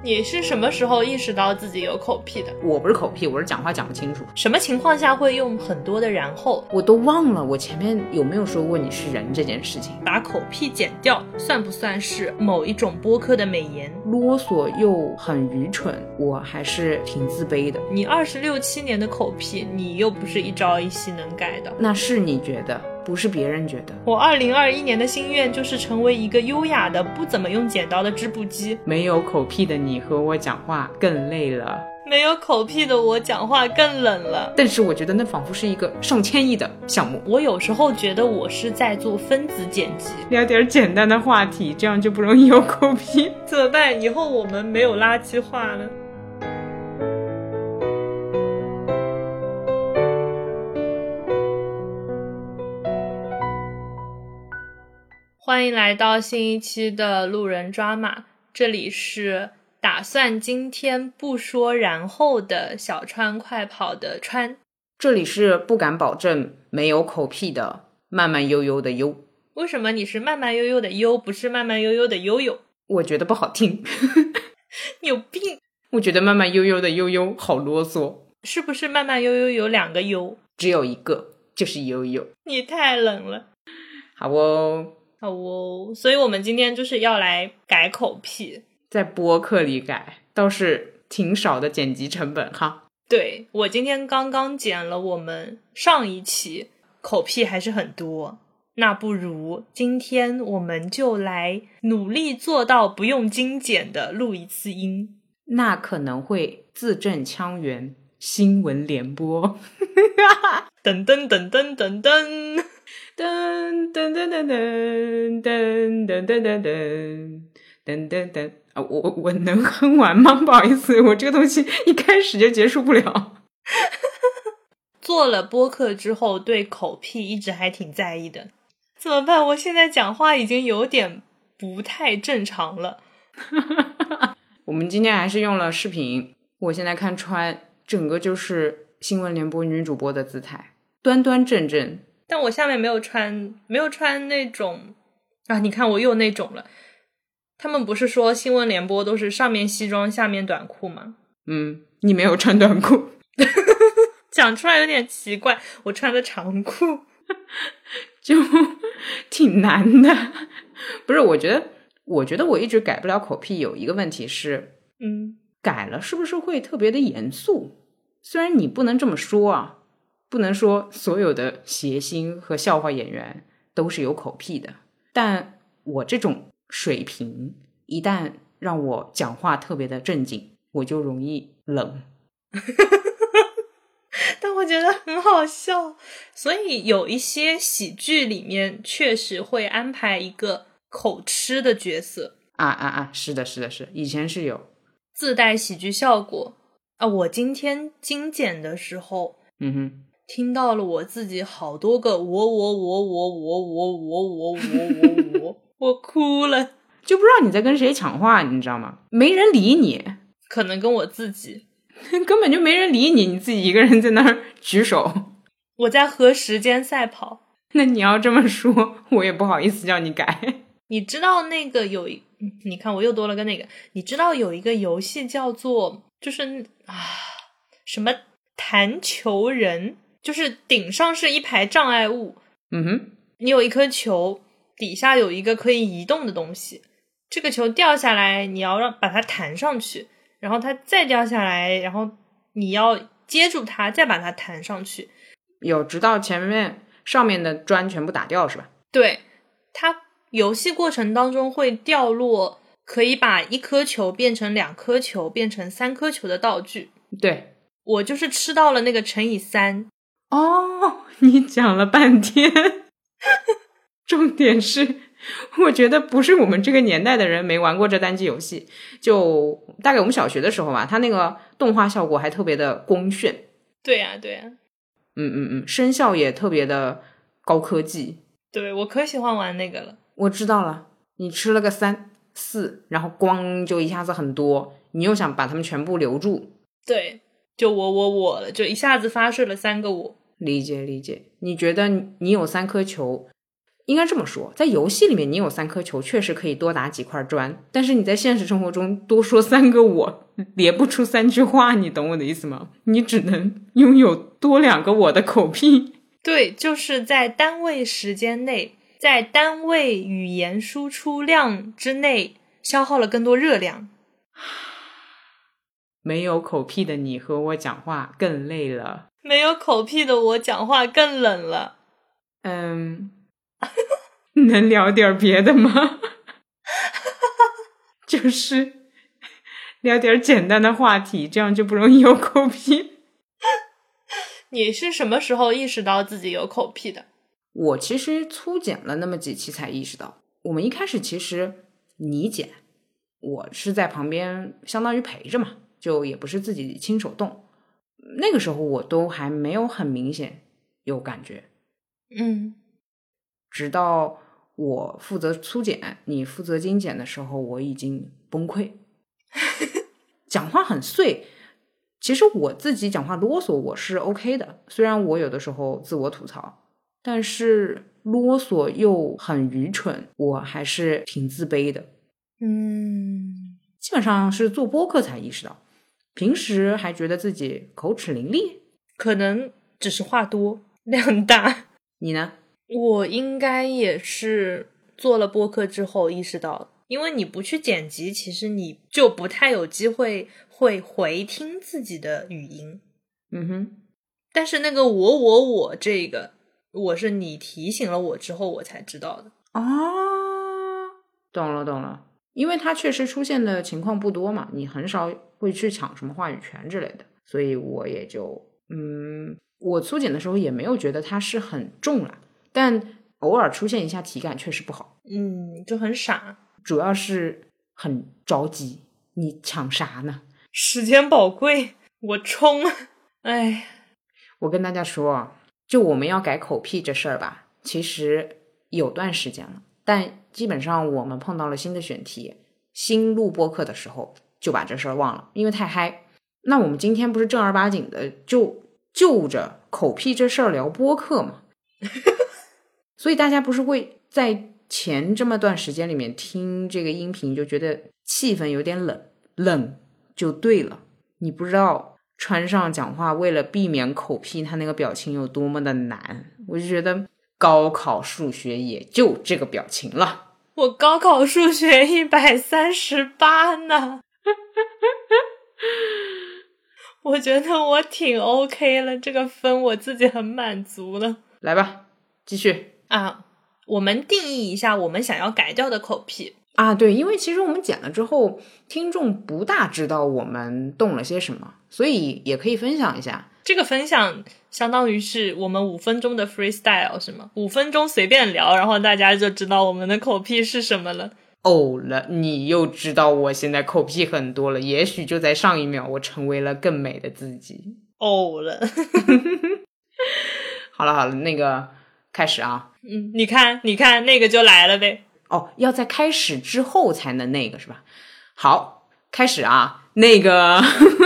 你是什么时候意识到自己有口癖的？ 我不是口癖，我是讲话讲不清楚。 什么情况下会用很多的然后？ 我都忘了我前面有没有说过你是人这件事情。 把口癖剪掉算不算是某一种播客的美颜？ 啰嗦又很愚蠢，我还是挺自卑的。 你26、7年的口癖，你又不是一朝一夕能改的。 那是你觉得，不是别人觉得。 我2021年的心愿就是成为一个优雅的不怎么用剪刀的织布机。 没有口癖的你和我讲话更累了， 没有口癖的我讲话更冷了。 但是我觉得那仿佛是一个上千亿的项目。 我有时候觉得我是在做分子剪辑。 聊点简单的话题，这样就不容易有口癖。 怎么办？以后我们没有垃圾话了。欢迎来到新一期的路人抓马，这里是打算今天不说然后的小川快跑的川， 这里是不敢保证没有口癖的慢慢悠悠的悠。 为什么你是慢慢悠悠的悠，不是慢慢悠悠的悠悠？ 我觉得不好听。 你有病。 我觉得慢慢悠悠的悠悠好啰嗦。 是不是慢慢悠悠有2个悠？ 只有一个，就是悠悠。 你太冷了。 好哦， 好哦，所以我们今天就是要来改口癖， 在播客里改倒是挺少的剪辑成本哈。 对，我今天刚刚剪了我们上一期，口癖还是很多，那不如今天我们就来努力做到不用精简的录一次音。 那可能会字正腔圆，新闻联播。 噔噔噔噔噔噔噔噔噔噔噔噔噔噔噔噔噔噔啊！我能哼完吗？不好意思，我这个东西一开始就结束不了。 做了播客之后，对口癖一直还挺在意的。怎么办？我现在讲话已经有点不太正常了。 我们今天还是用了视频，我现在看川，整个就是新闻联播女主播的姿态，端端正正。 但我下面没有穿那种啊，你看我又那种了。他们不是说新闻联播都是上面西装下面短裤吗？ 你没有穿短裤。 讲出来有点奇怪，我穿的长裤。 就挺难的。不是，我觉得我一直改不了口癖，有一个问题是改了是不是会特别的严肃？虽然你不能这么说啊，不能说所有的谐星和笑话演员都是有口癖的，但我这种水平一旦让我讲话特别的正经，我就容易冷。 但我觉得很好笑，所以有一些喜剧里面确实会安排一个口吃的角色是的，以前是有自带喜剧效果啊。我今天精简的时候听到了我自己好多个我哭了， 就不知道你在跟谁抢话，你知道吗？没人理你， 可能跟我自己根本就没人理你，你自己一个人在那儿举手。 我在和时间赛跑。 那你要这么说，我也不好意思叫你改。 你知道那个你看我又多了个那个，你知道有一个游戏叫做就是什么弹球人，就是顶上是一排障碍物，你有一颗球，底下有一个可以移动的东西，这个球掉下来，你要把它弹上去，然后它再掉下来，然后你要接住它，再把它弹上去。 有，直到前面上面的砖全部打掉是吧？ 对，它游戏过程当中会掉落可以把1颗球变成2颗球变成3颗球的道具。 对， 我就是吃到了那个乘以3。 哦，你讲了半天。重点是我觉得不是我们这个年代的人没玩过这单机游戏，就大概我们小学的时候吧，它那个动画效果还特别的光炫。 对呀声效也特别的高科技。 对，我可喜欢玩那个了。 我知道了，你吃了个3、4，然后光就一下子很多，你又想把他们全部留住。 对，就我了，就一下子发射了3个我。 理解。你觉得你有3颗球， 应该这么说，在游戏里面你有3颗球确实可以多打几块砖，但是你在现实生活中多说3个我，连不出3句话，你懂我的意思吗？你只能拥有多2个我的口癖。 对，就是在单位时间内，在单位语言输出量之内消耗了更多热量。 没有口癖的你和我讲话更累了， 没有口癖的我讲话更冷了。 能聊点别的吗？就是聊点简单的话题，这样就不容易有口癖。 你是什么时候意识到自己有口癖的？ 我其实粗剪了那么几期才意识到。我们一开始其实你剪，我是在旁边相当于陪着嘛，就也不是自己亲手动。那个时候我都还没有很明显有感觉。直到我负责粗剪，你负责精剪的时候，我已经崩溃。讲话很碎，其实我自己讲话啰嗦我是 OK 的，虽然我有的时候自我吐槽，但是啰嗦又很愚蠢，我还是挺自卑的。基本上是做播客才意识到，平时还觉得自己口齿伶俐， 可能只是话多量大。 你呢？ 我应该也是做了播客之后意识到，因为你不去剪辑，其实你就不太有机会会回听自己的语音。但是那个我这个，我是你提醒了我之后我才知道的。 懂了，因为它确实出现的情况不多嘛，你很少会去抢什么话语权之类的，所以我也就我粗剪的时候也没有觉得它是很重了，但偶尔出现一下体感确实不好。 就很傻， 主要是很着急，你抢啥呢？ 时间宝贵，我冲。 我跟大家说，就我们要改口癖这事儿吧，其实有段时间了，但基本上我们碰到了新的选题，新录播客的时候就把这事儿忘了，因为太嗨。那我们今天不是正儿八经的就着口癖这事儿聊播客吗？所以大家不是会在前这么段时间里面听这个音频就觉得气氛有点冷就对了。你不知道川上讲话为了避免口癖他那个表情有多么的难，我就觉得高考数学也就这个表情了。 我高考数学138呢。我觉得我挺 OK 了，这个分我自己很满足了。 来吧，继续我们定义一下我们想要改掉的口癖对，因为其实我们剪了之后听众不大知道我们动了些什么，所以也可以分享一下。 这个分享相当于是我们5分钟的 freestyle 是吗？5分钟随便聊，然后大家就知道我们的口癖是什么了。 了，你又知道我现在口癖很多了，也许就在上一秒我成为了更美的自己。 了。 好了，那个开始啊。 你看那个就来了呗。 要在开始之后才能那个是吧？好，开始啊。那个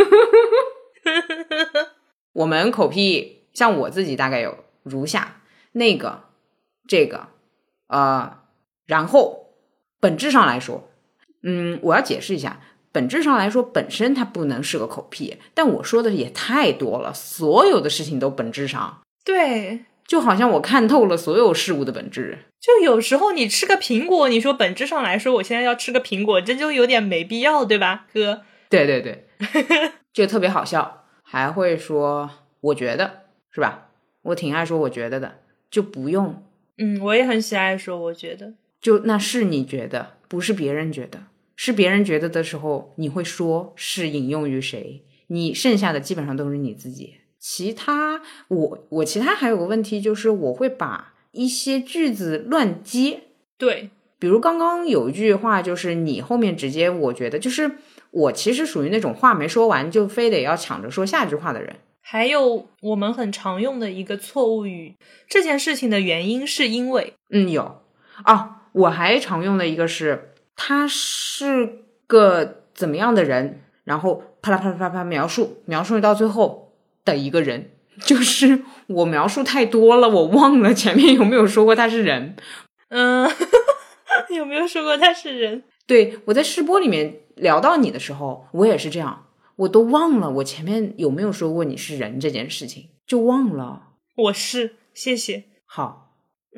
我们口癖像我自己大概有如下，那个这个然后本质上来说我要解释一下，本质上来说本身它不能是个口癖，但我说的也太多了，所有的事情都本质上， 对， 就好像我看透了所有事物的本质。 就有时候你吃个苹果，你说本质上来说我现在要吃个苹果，这就有点没必要，对吧哥？ 对就特别好笑，还会说我觉得是吧？我挺爱说我觉得的，就不用我也很喜爱说我觉得， 就那是你觉得，不是别人觉得，是别人觉得的时候你会说是引用于谁，你剩下的基本上都是你自己。其他我其他还有个问题，就是我会把一些句子乱接。 对， 比如刚刚有一句话，就是你后面直接我觉得，就是我其实属于那种话没说完就非得要抢着说下句话的人。 还有我们很常用的一个错误语，这件事情的原因是因为有我还常用的一个是他是个怎么样的人，然后啪啦啪啦啪啦描述到最后的一个人，就是我描述太多了，我忘了前面有没有说过他是人。 有没有说过他是人？ 对，我在试播里面聊到你的时候，我也是这样，我都忘了我前面有没有说过你是人这件事情，就忘了。 我是，谢谢。 好，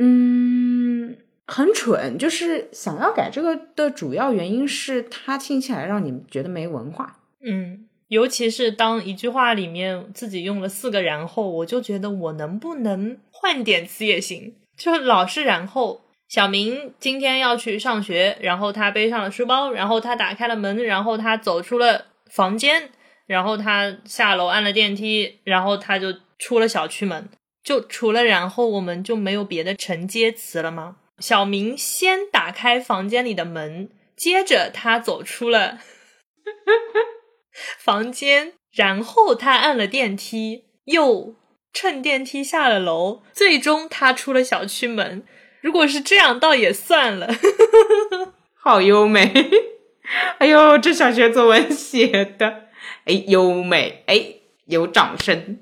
很蠢，就是想要改这个的主要原因是它听起来让你觉得没文化。 尤其是当一句话里面自己用了4个然后，我就觉得我能不能换点词也行，就老是然后。小明今天要去上学，然后他背上了书包，然后他打开了门，然后他走出了房间，然后他下楼按了电梯，然后他就出了小区门。就除了然后我们就没有别的承接词了吗？小明先打开房间里的门，接着他走出了房间，然后他按了电梯，又乘电梯下了楼，最终他出了小区门。如果是这样倒也算了。 好优美。哎呦，这小学作文写的，哎，优美，哎，有掌声。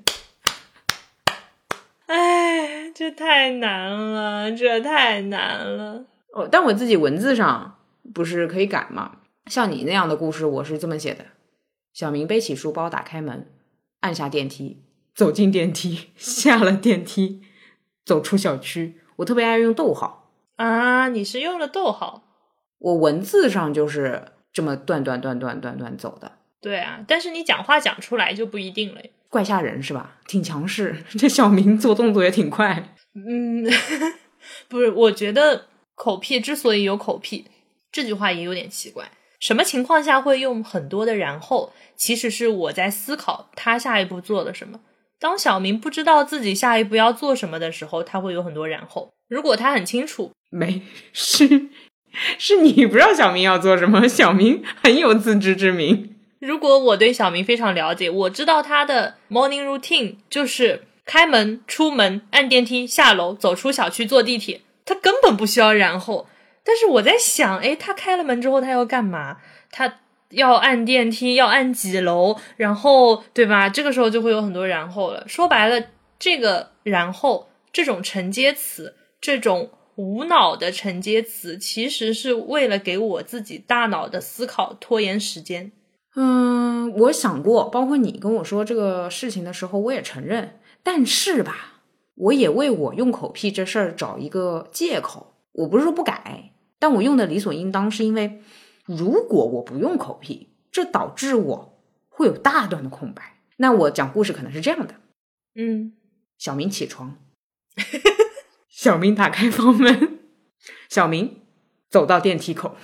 哎，这太难了，这太难了。 但我自己文字上不是可以改吗？像你那样的故事我是这么写的：小明背起书包，打开门，按下电梯，走进电梯，下了电梯，走出小区。我特别爱用逗号啊，你是用了逗号？ 我文字上就是这么断走的。 对啊，但是你讲话讲出来就不一定了。 怪吓人是吧？挺强势，这小明做动作也挺快。 不是，我觉得口癖之所以有口癖，这句话也有点奇怪。什么情况下会用很多的然后？其实是我在思考他下一步做了什么。当小明不知道自己下一步要做什么的时候，他会有很多然后。如果他很清楚， 没事，是你不知道小明要做什么，小明很有自知之明。 如果我对小明非常了解，我知道他的 morning routine 就是开门、出门、按电梯、下楼、走出小区、坐地铁，他根本不需要然后。但是我在想，他开了门之后他要干嘛？他要按电梯，要按几楼，然后对吧？这个时候就会有很多然后了。说白了，这个然后这种承接词，这种无脑的承接词，其实是为了给我自己大脑的思考拖延时间。 我想过，包括你跟我说这个事情的时候，我也承认，但是吧，我也为我用口癖这事儿找一个借口。我不是说不改，但我用的理所应当，是因为如果我不用口癖，这导致我会有大段的空白。那我讲故事可能是这样的。小明起床，小明打开房门，小明走到电梯口。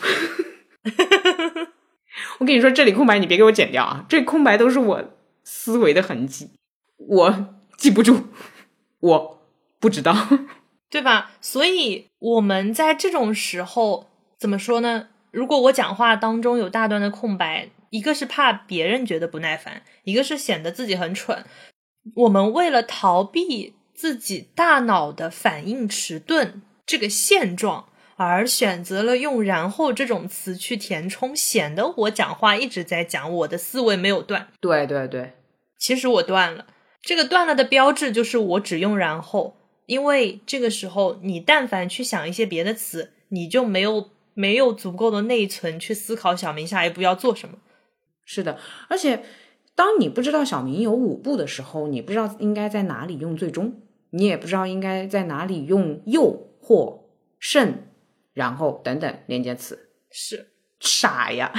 我跟你说，这里空白你别给我剪掉啊，这空白都是我思维的痕迹，我记不住，我不知道， 对吧？所以我们在这种时候怎么说呢？如果我讲话当中有大段的空白，一个是怕别人觉得不耐烦，一个是显得自己很蠢。我们为了逃避自己大脑的反应迟钝这个现状，而选择了用然后这种词去填充，显得我讲话一直在讲，我的思维没有断。 对对对， 其实我断了。这个断了的标志就是我只用然后，因为这个时候你但凡去想一些别的词，你就没有足够的内存去思考小明下一步要做什么。 是的，而且当你不知道小明有5步的时候，你不知道应该在哪里用最终，你也不知道应该在哪里用又或甚然后等等连接词。 是傻呀。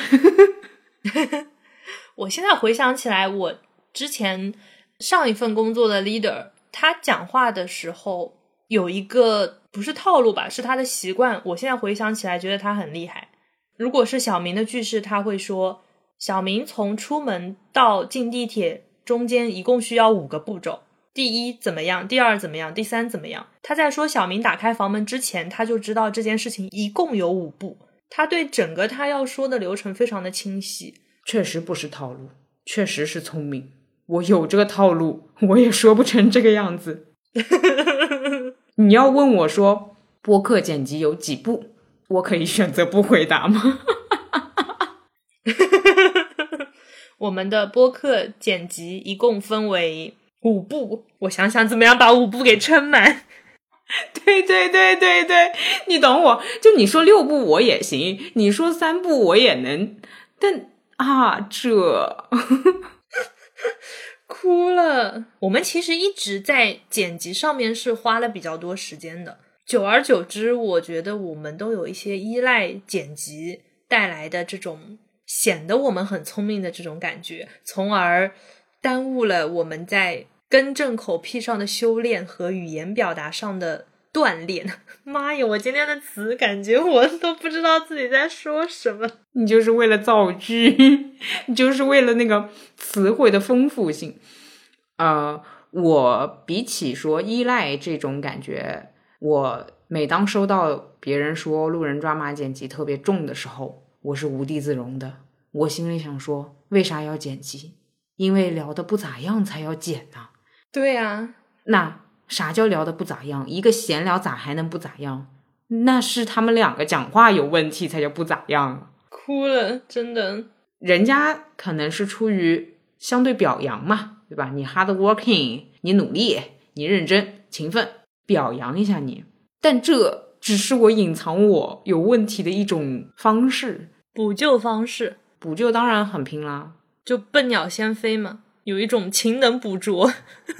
我现在回想起来，我之前上一份工作的 leader， 他讲话的时候有一个不是套路吧，是他的习惯，我现在回想起来觉得他很厉害。如果是小明的句式，他会说小明从出门到进地铁中间一共需要5个步骤，第一怎么样，第二怎么样，第三怎么样。他在说小明打开房门之前，他就知道这件事情一共有5步，他对整个他要说的流程非常的清晰。 确实不是套路，确实是聪明。我有这个套路，我也说不成这个样子。你要问我说播客剪辑有几步，我可以选择不回答吗？ 我们的播客剪辑一共分为5步，我想想怎么样把5步给撑满。 对对对对对，你懂我，就你说6步我也行，你说3步我也能，但哭了。我们其实一直在剪辑上面是花了比较多时间的，久而久之我觉得我们都有一些依赖剪辑带来的这种显得我们很聪明的这种感觉，从而耽误了我们在更正口癖上的修炼和语言表达上的锻炼。妈呀，我今天的词感觉我都不知道自己在说什么。 你就是为了造句，你就是为了那个词汇的丰富性。我比起说依赖这种感觉，我每当收到别人说路人抓马剪辑特别重的时候，我是无地自容的。我心里想说，为啥要剪辑？因为聊得不咋样才要剪啊。 对啊， 那啥叫聊得不咋样？一个闲聊咋还能不咋样？那是他们2个讲话有问题才叫不咋样。 哭了，真的。 人家可能是出于相对表扬嘛，对吧？你 hard working， 你努力，你认真勤奋，表扬一下你。但这只是我隐藏我有问题的一种方式， 补救方式。 补救当然很拼啦， 就笨鸟先飞嘛，有一种勤能补拙。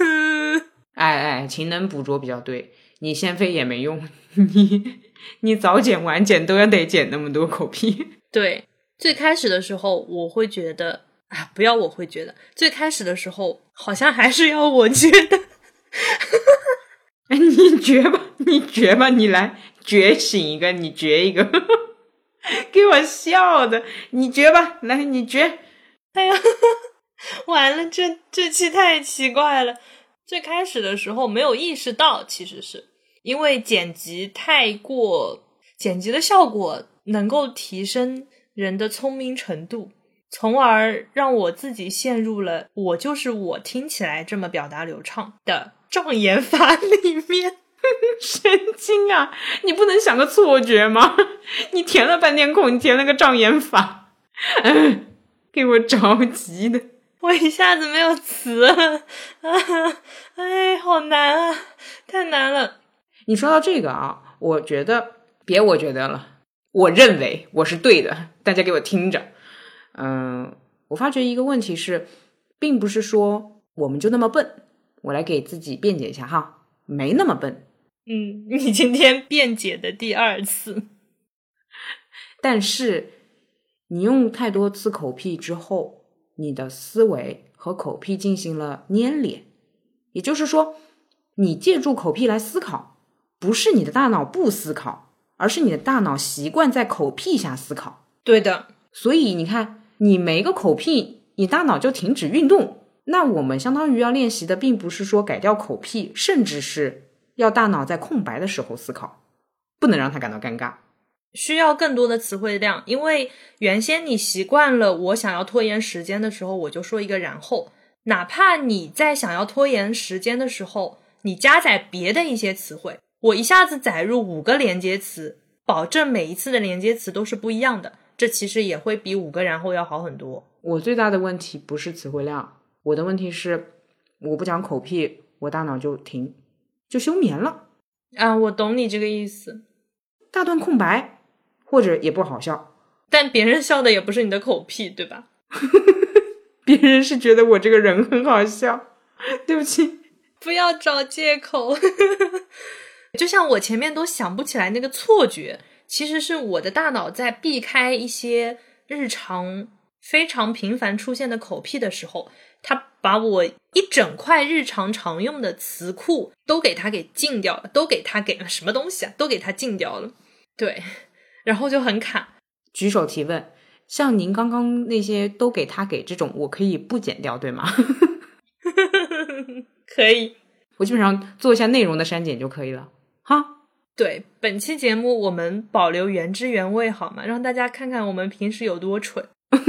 勤能补拙比较对，你先飞也没用，你早剪晚剪都要得剪那么多口癖。 对，最开始的时候我会觉得不要我会觉得，最开始的时候好像还是要我觉得。 你绝吧，你来觉醒一个，你觉一个。给我笑的，你觉吧，来你觉。 哎呀，完了，这期太奇怪了。最开始的时候没有意识到，其实是因为剪辑的效果能够提升人的聪明程度，从而让我自己陷入了我就是我听起来这么表达流畅的障眼法里面。 神经啊，你不能想个错觉吗？你填了半天空，你填了个障眼法。给我着急的， 我一下子没有词了。好难啊，太难了。 你说到这个啊，我觉得别我觉得了，我认为我是对的，大家给我听着。我发觉一个问题是，并不是说我们就那么笨，我来给自己辩解一下哈，没那么笨。 你今天辩解的第2次。 但是你用太多次口癖之后，你的思维和口癖进行了粘连，也就是说你借助口癖来思考，不是你的大脑不思考，而是你的大脑习惯在口癖下思考。 对的， 所以你看，你每一个口癖你大脑就停止运动。那我们相当于要练习的并不是说改掉口癖，甚至是要大脑在空白的时候思考，不能让它感到尴尬， 需要更多的词汇量。因为原先你习惯了我想要拖延时间的时候我就说一个然后，哪怕你在想要拖延时间的时候你加载别的一些词汇，我一下子载入5个连接词，保证每一次的连接词都是不一样的，这其实也会比5个然后要好很多。 我最大的问题不是词汇量，我的问题是我不讲口癖，我大脑就停，就休眠了啊。我懂你这个意思， 大段空白，或者也不好笑， 但别人笑的也不是你的口癖，对吧？ 别人是觉得我这个人很好笑，对不起， 不要找借口。就像我前面都想不起来那个错觉，其实是我的大脑在避开一些日常非常频繁出现的口癖的时候，它把我一整块日常常用的词库都给它给禁掉了，都给它给了什么东西啊，都给它禁掉了。对，然后就很卡。 举手提问，像您刚刚那些都给它给这种，我可以不剪掉对吗？ 可以， 我基本上做一下内容的删减就可以了哈。 对，本期节目我们保留原汁原味好吗？让大家看看我们平时有多蠢。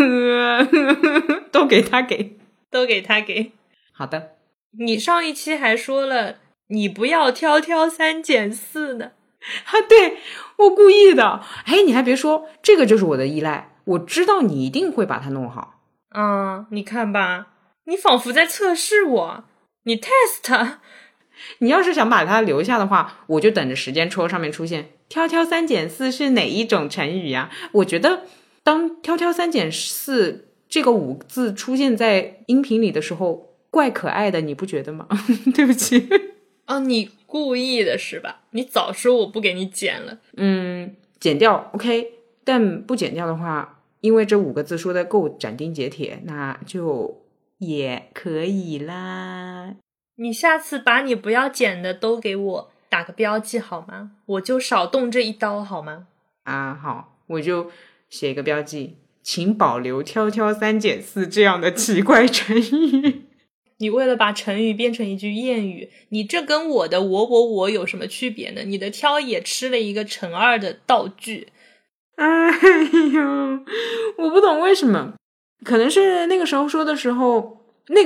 都给他给， 都给他给。 好的。 你上一期还说了你不要挑3拣4呢。 对，我故意的。你还别说，这个就是我的依赖，我知道你一定会把它弄好。 你看吧，你仿佛在测试我，你 test。 你要是想把它留下的话，我就等着时间戳上面出现挑挑三拣四是哪一种成语呀？我觉得当挑挑三拣四这个5字出现在音频里的时候怪可爱的，你不觉得吗？对不起。 你故意的是吧？你早说我不给你剪了。 剪掉 OK， 但不剪掉的话，因为这5个字说的够斩钉截铁，那就也可以啦。 你下次把你不要剪的都给我打个标记好吗？我就少动这一刀好吗？ 好，我就写一个标记，请保留挑挑三拣四这样的奇怪成语。 你为了把成语变成一句谚语，你这跟我的我有什么区别呢？你的挑也吃了一个乘2的道具。 哎呦，我不懂为什么，可能是那个时候说的时候，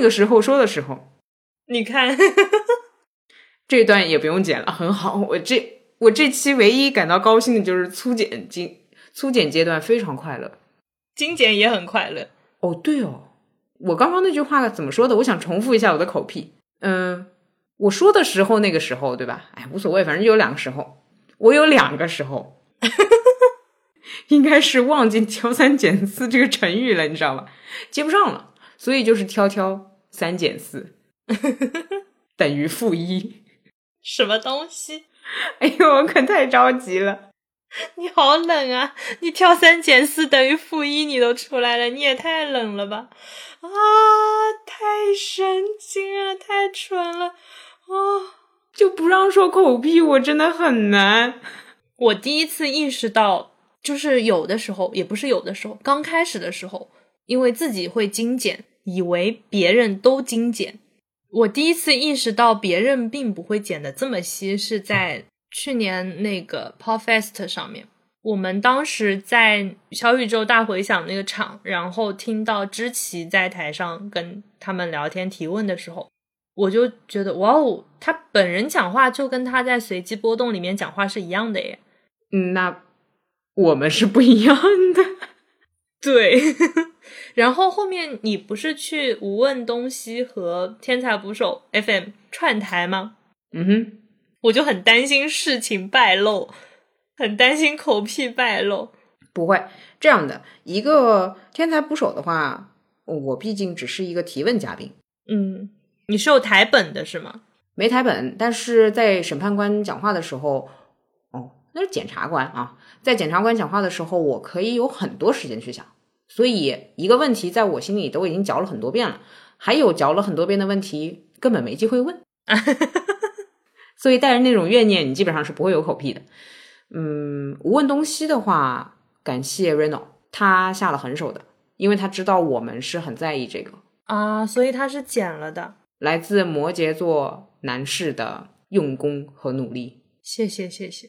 你看这段也不用剪了，很好。我这期唯一感到高兴的就是粗剪阶段非常快乐， 精简也很快乐。 对哦，我刚刚那句话怎么说的？我想重复一下我的口癖。我说的时候那个时候对吧？无所谓，反正就有2个时候。我有2个时候应该是忘记挑三拣四这个成语了，你知道吧？接不上了，所以就是挑挑三拣四等于-1。 什么东西？ 哎呦，我可太着急了。 你好冷啊，你挑3减4等于-1你都出来了，你也太冷了吧。太神经了，太蠢了。 就不让说口癖，我真的很难。 我第一次意识到，就是有的时候，也不是有的时候，刚开始的时候，因为自己会精简，以为别人都精简。我第一次意识到别人并不会剪得这么细，是在去年那个 Podfest 上面。我们当时在小宇宙大回响那个场，然后听到知琪在台上跟他们聊天提问的时候，我就觉得哇哦，他本人讲话就跟他在随机波动里面讲话是一样的耶。 那我们是不一样的。 对然后后面你不是去无问东西和天才捕手 FM 串台吗？我就很担心事情败露，很担心口癖败露。 不会这样的，一个天才捕手的话，我毕竟只是一个提问嘉宾。 你是有台本的是吗？ 没台本，但是在审判官讲话的时候，那是检察官啊，在检察官讲话的时候，我可以有很多时间去想，所以一个问题在我心里都已经嚼了很多遍了，还有嚼了很多遍的问题根本没机会问所以带着那种怨念，你基本上是不会有口癖的。无问东西的话，感谢 Reno， 他下了狠手的，因为他知道我们是很在意这个所以他是剪了的。 来自摩羯座男士的用功和努力， 谢谢。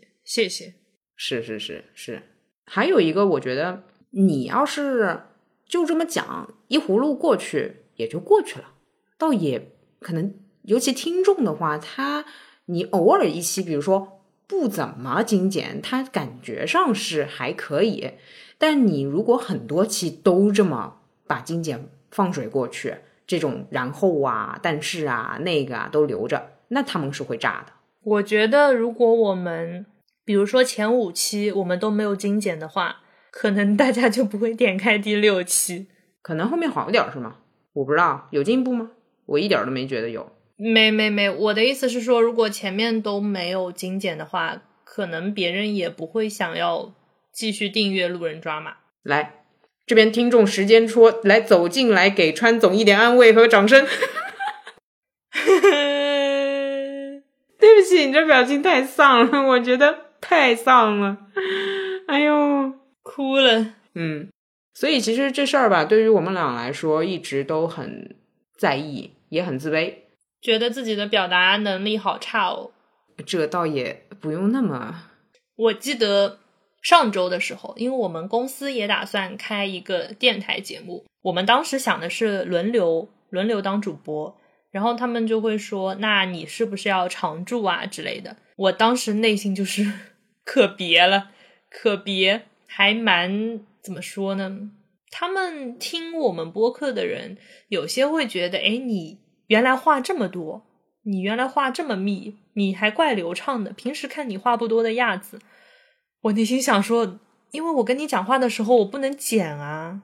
是。还有一个，我觉得你要是就这么讲，一葫芦过去也就过去了，倒也可能，尤其听众的话，你偶尔一期，比如说不怎么精简，他感觉上是还可以，但你如果很多期都这么把精简放水过去，这种然后但是那个都留着，那他们是会炸的。 我觉得如果我们比如说前5期我们都没有精简的话，可能大家就不会点开第6期。 可能后面好一点是吗？我不知道，有进步吗？我一点都没觉得有。 没，我的意思是说，如果前面都没有精简的话，可能别人也不会想要继续订阅路人抓马。 来，这边听众时间戳，来走进来给川总一点安慰和掌声对不起，你这表情太丧了，我觉得太丧了。哎呦， 哭了。 所以其实这事儿吧，对于我们俩来说一直都很在意，也很自卑， 觉得自己的表达能力好差哦。 这倒也不用那么。 我记得上周的时候，因为我们公司也打算开一个电台节目，我们当时想的是轮流当主播，然后他们就会说那你是不是要常驻之类的。我当时内心就是可别了，还蛮怎么说呢，他们听我们播客的人有些会觉得你原来话这么多， 你原来话这么密，你还怪流畅的，平时看你话不多的样子。我内心想说，因为我跟你讲话的时候我不能剪啊。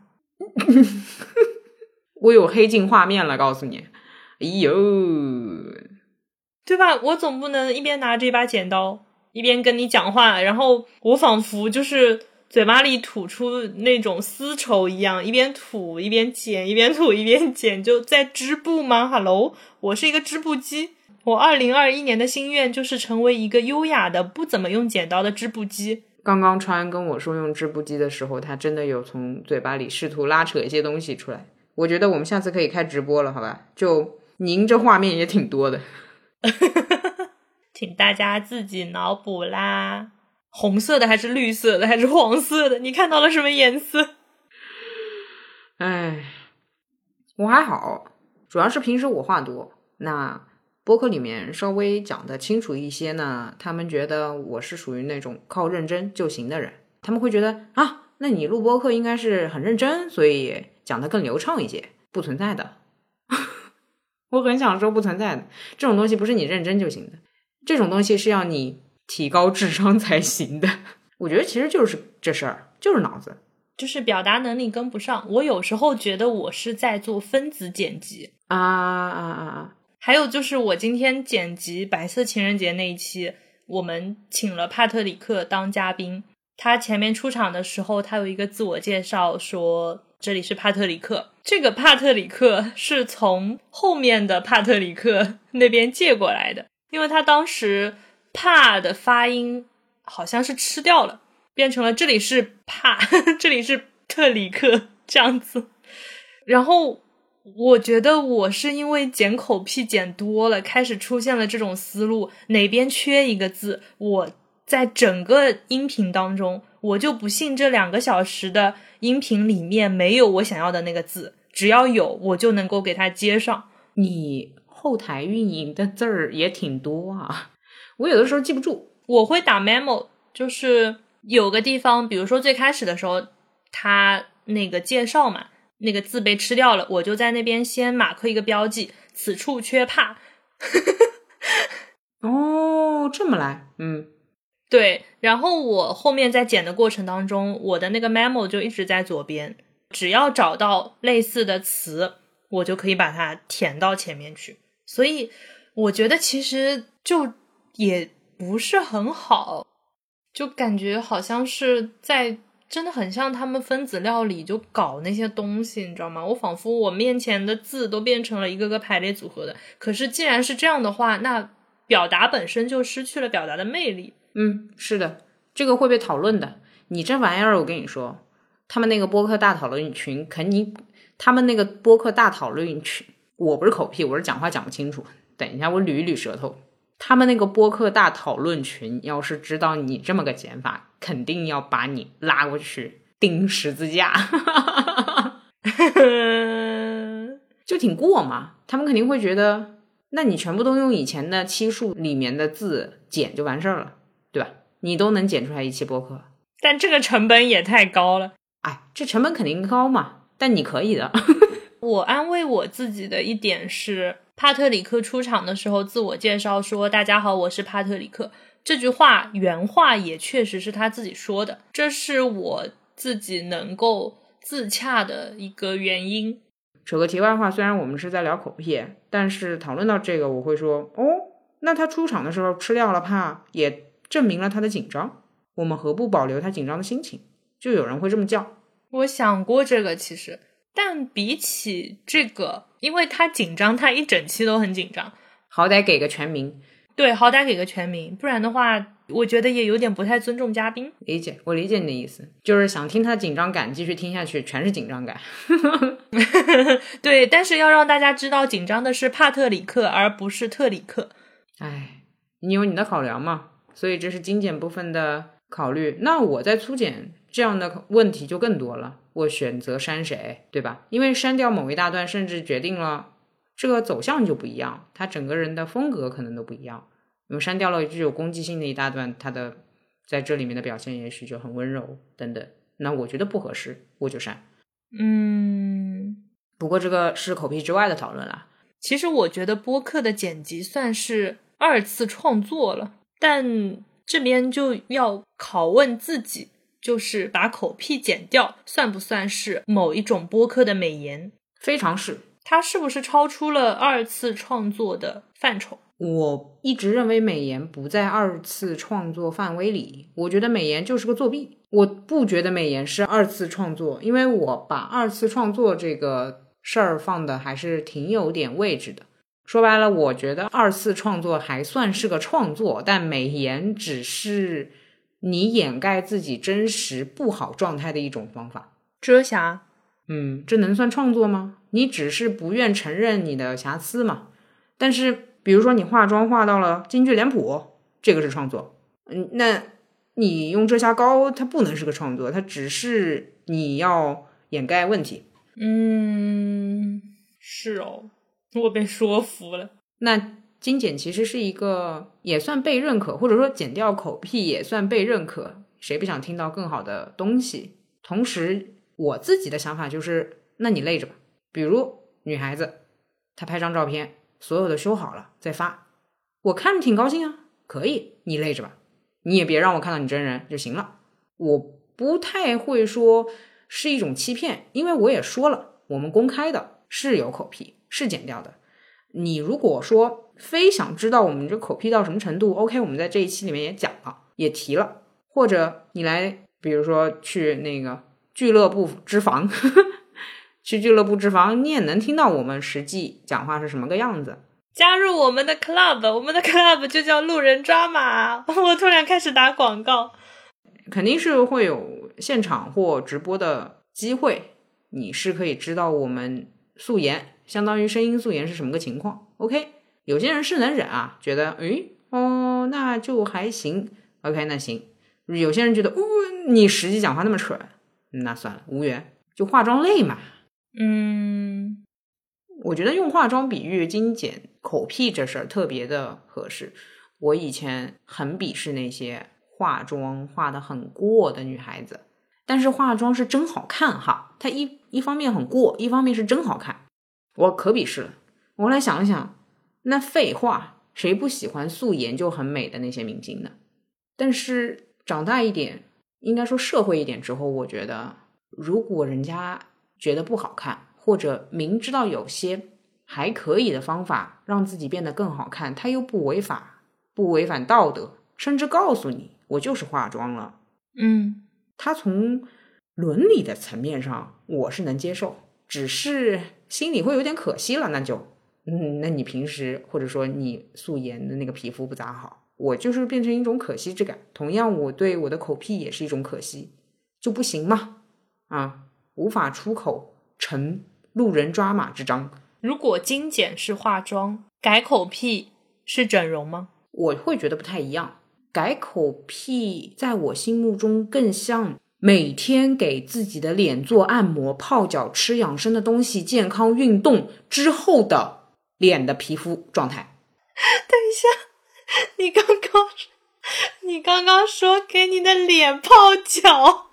我有黑镜画面了，告诉你。哎呦， 对吧？我总不能一边拿着一把剪刀一边跟你讲话，然后我仿佛就是嘴巴里吐出那种丝绸一样，一边吐一边剪，一边吐一边剪，就在织布吗？ Hello， 我是一个织布机。我2021年的心愿就是成为一个优雅的不怎么用剪刀的织布机。 刚刚川跟我说用织布机的时候，他真的有从嘴巴里试图拉扯一些东西出来。我觉得我们下次可以开直播了，好吧？就您这画面也挺多的。 请大家自己脑补啦。红色的还是绿色的还是黄色的？你看到了什么颜色？ 哎，我还好，主要是平时我话多，那播客里面稍微讲得清楚一些呢，他们觉得我是属于那种靠认真就行的人，他们会觉得啊，那你录播客应该是很认真，所以讲得更流畅一些。不存在的。我很想说不存在的，这种东西不是你认真就行的，这种东西是要你提高智商才行的。我觉得其实就是这事儿，就是脑子， 就是表达能力跟不上。我有时候觉得我是在做分子剪辑啊。 还有就是我今天剪辑白色情人节那一期，我们请了帕特里克当嘉宾，他前面出场的时候他有一个自我介绍，说这里是帕特里克。这个帕特里克是从后面的帕特里克那边借过来的，因为他当时帕的发音好像是吃掉了，变成了这里是帕这里是特里克这样子。然后我觉得我是因为剪口癖剪多了，开始出现了这种思路，哪边缺一个字，我在整个音频当中，我就不信这2个小时的音频里面没有我想要的那个字，只要有我就能够给它接上。 你后台运营的字儿也挺多啊，我有的时候记不住。 我会打 memo， 就是有个地方，比如说最开始的时候它那个介绍嘛，那个字被吃掉了，我就在那边先马克一个标记，此处缺帕。 哦，这么来。 对，然后我后面在剪的过程当中，我的那个 memo 就一直在左边，只要找到类似的词，我就可以把它填到前面去。所以我觉得其实就也不是很好，就感觉好像是在真的很像他们分子料理就搞那些东西，你知道吗？我仿佛我面前的字都变成了一个个排列组合的，可是既然是这样的话，那表达本身就失去了表达的魅力。 是的，这个会被讨论的。你这玩意儿，我跟你说，他们那个播客大讨论群，他们那个播客大讨论群，我不是口癖，我是讲话讲不清楚。等一下，我捋一捋舌头。他们那个播客大讨论群，要是知道你这么个剪法，肯定要把你拉过去钉十字架。就挺过嘛，他们肯定会觉得，那你全部都用以前的期数里面的字剪就完事儿了，对吧？你都能剪出来一期播客， 但这个成本也太高了。 哎，这成本肯定高嘛，但你可以的。 我安慰我自己的一点是，帕特里克出场的时候自我介绍说大家好，我是帕特里克，这句话原话也确实是他自己说的，这是我自己能够自洽的一个原因。 扯个题外话，虽然我们是在聊口癖，但是讨论到这个我会说，那他出场的时候吃掉了帕，也证明了他的紧张，我们何不保留他紧张的心情？就有人会这么叫。 我想过这个其实，但比起这个，因为他紧张，他一整期都很紧张， 好歹给个全名。 对，好歹给个全名，不然的话我觉得也有点不太尊重嘉宾。 理解，我理解你的意思，就是想听他紧张感继续听下去，全是紧张感。 对，但是要让大家知道紧张的是帕特里克而不是特里克。 哎，你有你的考量嘛，所以这是精简部分的考虑。那我在粗剪这样的问题就更多了，我选择删谁，对吧？因为删掉某一大段甚至决定了这个走向就不一样，他整个人的风格可能都不一样。因为删掉了具有攻击性的一大段，他的在这里面的表现也许就很温柔等等，那我觉得不合适我就删。不过这个是口癖之外的讨论啦。 其实我觉得播客的剪辑算是2次创作了，但这边就要拷问自己，就是把口癖剪掉算不算是某一种播客的美颜？ 非常是。 它是不是超出了2次创作的范畴？ 我一直认为美颜不在2次创作范围里，我觉得美颜就是个作弊。我不觉得美颜是2次创作，因为我把2次创作这个事儿放的还是挺有点位置的。说白了，我觉得2次创作还算是个创作，但美颜只是你掩盖自己真实不好状态的一种方法， 遮瑕。 这能算创作吗？你只是不愿承认你的瑕疵嘛。但是比如说你化妆化到了京剧脸谱，这个是创作。那你用遮瑕膏它不能是个创作，它只是你要掩盖问题。 是哦，我被说服了。 那精简其实是一个也算被认可，或者说剪掉口癖也算被认可，谁不想听到更好的东西。同时我自己的想法就是，那你累着吧。比如女孩子她拍张照片，所有的修好了再发，我看着挺高兴啊，可以，你累着吧，你也别让我看到你真人就行了。我不太会说是一种欺骗，因为我也说了，我们公开的是有口癖，是剪掉的。你如果说非想知道我们这口癖到什么程度 OK， 我们在这一期里面也讲了，也提了。或者你来比如说去那个俱乐部脂肪去俱乐部脂肪，你也能听到我们实际讲话是什么个样子。 加入我们的 club， 我们的 club 就叫路人抓马。我突然开始打广告。 肯定是会有现场或直播的机会，你是可以知道我们素颜相当于声音素颜是什么个情况。 OK， 有些人是能忍啊，觉得那就还行， OK 那行。有些人觉得你实际讲话那么蠢，那算了，无缘。就化妆类嘛。我觉得用化妆比喻精简口癖这事儿特别的合适。我以前很鄙视那些化妆化得很过的女孩子，但是化妆是真好看哈，它一方面很过，一方面是真好看，我可鄙视了。我来想一想，那废话，谁不喜欢素颜就很美的那些明星呢？但是长大一点，应该说社会一点之后，我觉得如果人家觉得不好看，或者明知道有些还可以的方法让自己变得更好看，他又不违法不违反道德，甚至告诉你我就是化妆了，他从伦理的层面上我是能接受，只是心里会有点可惜了。那就那你平时或者说你素颜的那个皮肤不咋好，我就是变成一种可惜之感。同样我对我的口癖也是一种可惜，就不行嘛，无法出口成路人抓马之章。 如果精简是化妆，改口癖是整容吗？ 我会觉得不太一样。改口癖在我心目中更像每天给自己的脸做按摩、泡脚、吃养生的东西、健康运动之后的脸的皮肤状态。 等一下，你刚刚说给你的脸泡脚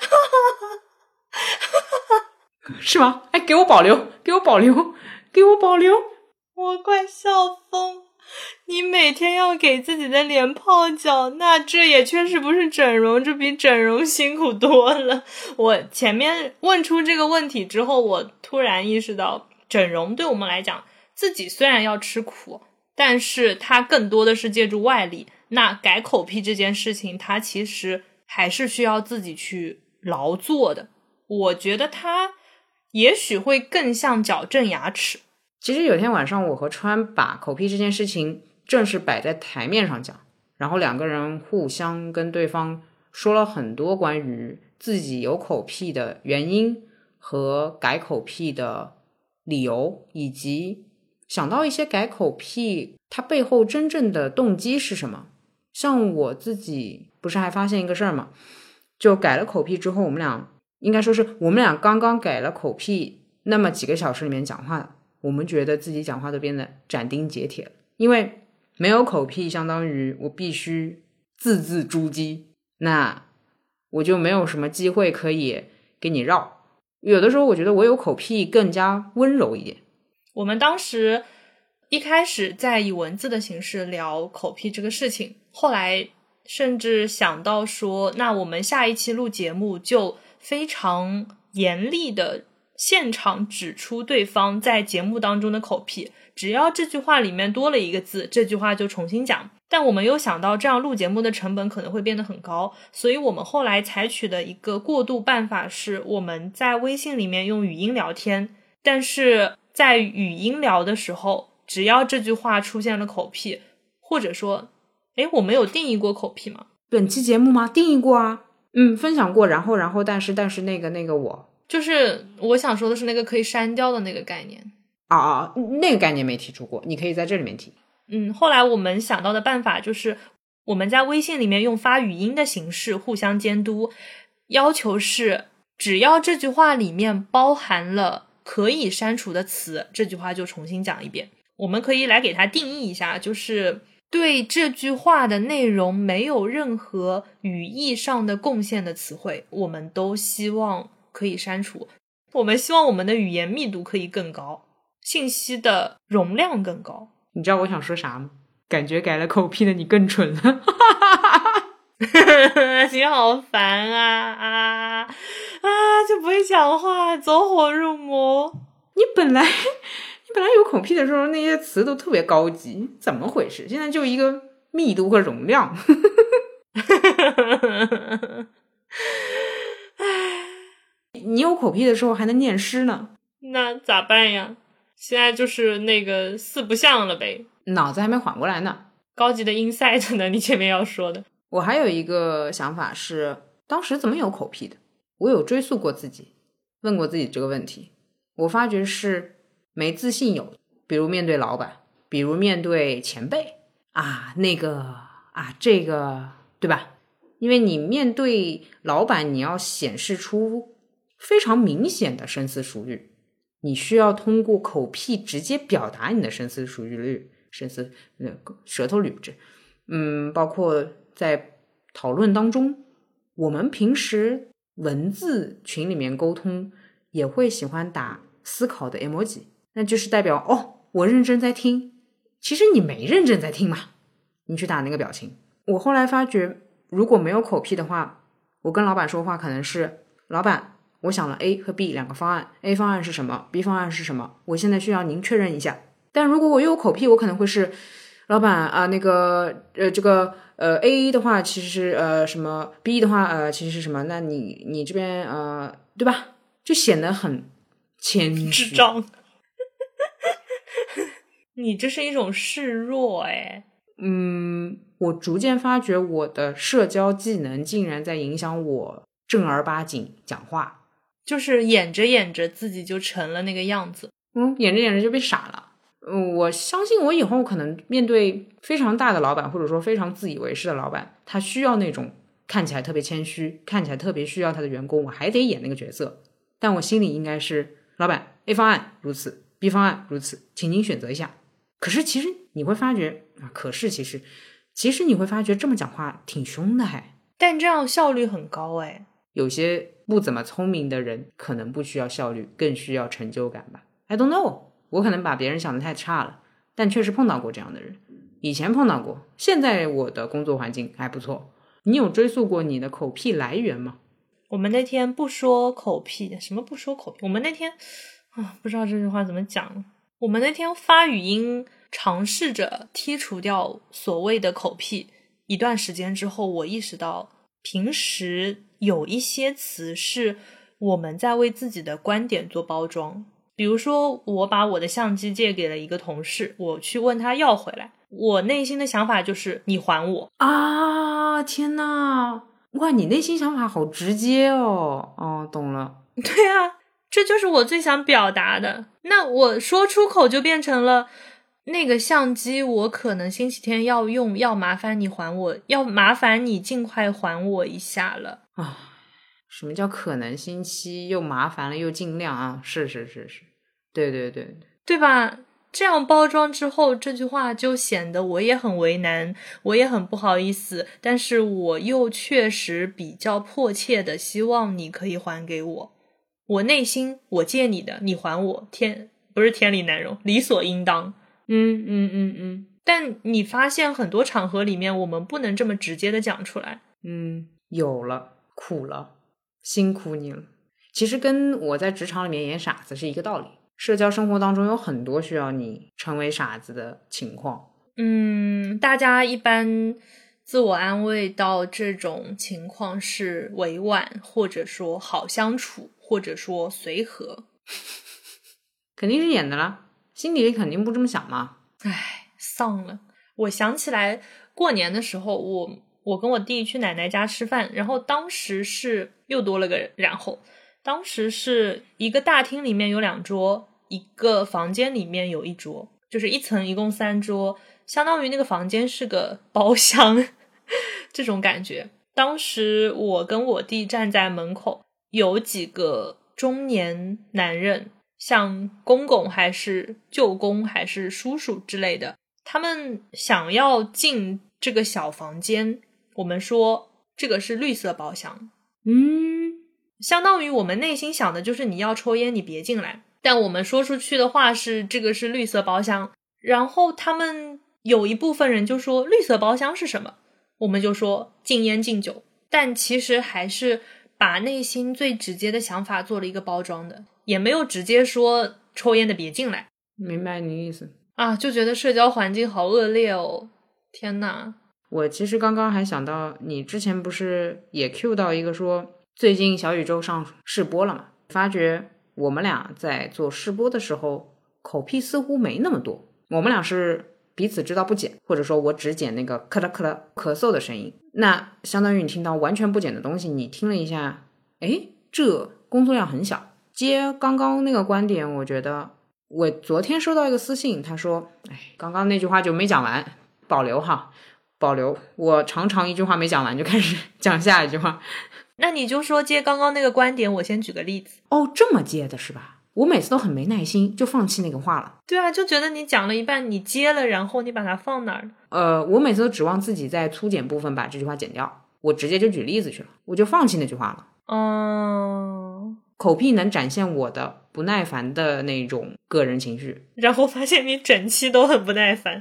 是吗？给我保留，给我保留，给我保留。 我快笑疯。你每天要给自己的脸泡脚，那这也确实不是整容，这比整容辛苦多了。我前面问出这个问题之后，我突然意识到，整容对我们来讲，自己虽然要吃苦，但是它更多的是借助外力。那改口癖这件事情，它其实还是需要自己去劳作的。我觉得它也许会更像矫正牙齿。 其实有天晚上我和川把口癖这件事情正式摆在台面上讲，然后两个人互相跟对方说了很多关于自己有口癖的原因和改口癖的理由，以及想到一些改口癖它背后真正的动机是什么。像我自己不是还发现一个事儿吗？就改了口癖之后，我们俩应该说是我们俩刚刚改了口癖那么几个小时里面讲话的，我们觉得自己讲话都变得斩钉截铁了。因为没有口癖相当于我必须字字珠玑，那我就没有什么机会可以给你绕。有的时候我觉得我有口癖更加温柔一点。 我们当时一开始在以文字的形式聊口癖这个事情，后来甚至想到说，那我们下一期录节目就非常严厉的现场指出对方在节目当中的口癖，只要这句话里面多了一个字，这句话就重新讲。但我们又想到这样录节目的成本可能会变得很高，所以我们后来采取的一个过渡办法是，我们在微信里面用语音聊天，但是在语音聊的时候，只要这句话出现了口癖，或者说我们有定义过口癖吗？ 本期节目吗？定义过啊，分享过，然后但是那个我就是我想说的是那个可以删掉的那个概念那个概念没提出过，你可以在这里面提。 后来我们想到的办法就是我们在微信里面用发语音的形式互相监督，要求是只要这句话里面包含了可以删除的词，这句话就重新讲一遍。我们可以来给它定义一下，就是对这句话的内容没有任何语义上的贡献的词汇，我们都希望可以删除。我们希望我们的语言密度可以更高，信息的容量更高。 你知道我想说啥吗？感觉改了口癖的你更蠢了。 你好烦啊就不会讲话，走火入魔。 你本来有口癖的时候那些词都特别高级，怎么回事？现在就一个密度和容量。你有口癖的时候还能念诗呢， 那咋办呀？现在就是那个四不像了呗， 脑子还没缓过来呢。 高级的 insight 呢？你前面要说的。 我还有一个想法是，当时怎么有口癖的？我有追溯过自己，问过自己这个问题，我发觉是没自信有，比如面对老板，比如面对前辈这个对吧？因为你面对老板，你要显示出非常明显的深思熟虑，你需要通过口癖直接表达你的深思熟虑，舌头捋着。包括在讨论当中，我们平时文字群里面沟通也会喜欢打思考的 emoji， 那就是代表我认真在听，其实你没认真在听嘛，你去打那个表情。我后来发觉，如果没有口癖的话，我跟老板说话可能是，老板，我想了 A 和 B 两个方案， A 方案是什么， B 方案是什么，我现在需要您确认一下。但如果我有口癖，我可能会是，老板A 的话其实是什么， B 的话其实是什么，那你这边对吧，就显得很谦虚智障。你这是一种示弱我逐渐发觉我的社交技能竟然在影响我正儿八经讲话， 就是演着演着自己就成了那个样子。 演着演着就被傻了。我相信我以后可能面对非常大的老板，或者说非常自以为是的老板，他需要那种看起来特别谦虚，看起来特别需要他的员工，我还得演那个角色，但我心里应该是，老板 A 方案如此， B 方案如此，请您选择一下。可是其实你会发觉其实你会发觉这么讲话挺凶的但这样效率很高有些不怎么聪明的人可能不需要效率，更需要成就感吧。 I don't know， 我可能把别人想得太差了，但确实碰到过这样的人，以前碰到过，现在我的工作环境还不错。你有追溯过你的口癖来源吗？ 我们那天不说口癖，什么不说口癖，我们那天不知道这句话怎么讲，我们那天发语音尝试着剔除掉所谓的口癖，一段时间之后，我意识到平时有一些词是我们在为自己的观点做包装。比如说我把我的相机借给了一个同事，我去问他要回来，我内心的想法就是你还我天哪，哇，你内心想法好直接懂了。 对啊，这就是我最想表达的。那我说出口就变成了，那个相机我可能星期天要用，要麻烦你还我，要麻烦你尽快还我一下了什么叫可能星期又麻烦了又尽量是对吧？这样包装之后，这句话就显得我也很为难，我也很不好意思，但是我又确实比较迫切的希望你可以还给我，我内心我借你的你还我，不是天理难容，理所应当。 但你发现很多场合里面我们不能这么直接的讲出来。 有了，苦了，辛苦你了。其实跟我在职场里面演傻子是一个道理，社交生活当中有很多需要你成为傻子的情况。 大家一般自我安慰到这种情况是委婉，或者说好相处，或者说随和。 肯定是演的啦，心底里肯定不这么想嘛。 唉，丧了。我想起来过年的时候，我跟我弟去奶奶家吃饭，然后当时是又多了个然后，当时是一个大厅里面有2桌，一个房间里面有1桌，就是一层一共3桌，相当于那个房间是个包厢这种感觉。当时我跟我弟站在门口，有几个中年男人，像公公还是舅公还是叔叔之类的，他们想要进这个小房间，我们说这个是绿色包厢。相当于我们内心想的就是你要抽烟你别进来，但我们说出去的话是这个是绿色包厢。然后他们有一部分人就说绿色包厢是什么，我们就说禁烟禁酒，但其实还是把内心最直接的想法做了一个包装的，也没有直接说抽烟的别进来。 明白你意思啊，就觉得社交环境好恶劣哦，天哪。 我其实刚刚还想到，你之前不是也 cue 到一个说最近小宇宙上试播了嘛，发觉我们俩在做试播的时候口癖似乎没那么多，我们俩是彼此知道不剪，或者说我只剪那个咔啦咔啦咳嗽的声音，那相当于你听到完全不剪的东西，你听了一下，诶，这工作量很小。接刚刚那个观点，我觉得我昨天收到一个私信，他说刚刚那句话就没讲完，保留哈，保留。我常常一句话没讲完就开始讲下一句话。 那你就说接刚刚那个观点，我先举个例子。 哦，这么接的是吧？我每次都很没耐心，就放弃那个话了。 对啊，就觉得你讲了一半，你接了，然后你把它放哪儿？ 我每次都指望自己在粗剪部分把这句话剪掉，我直接就举例子去了，我就放弃那句话了。口癖能展现我的不耐烦的那种个人情绪， 然后发现你整期都很不耐烦。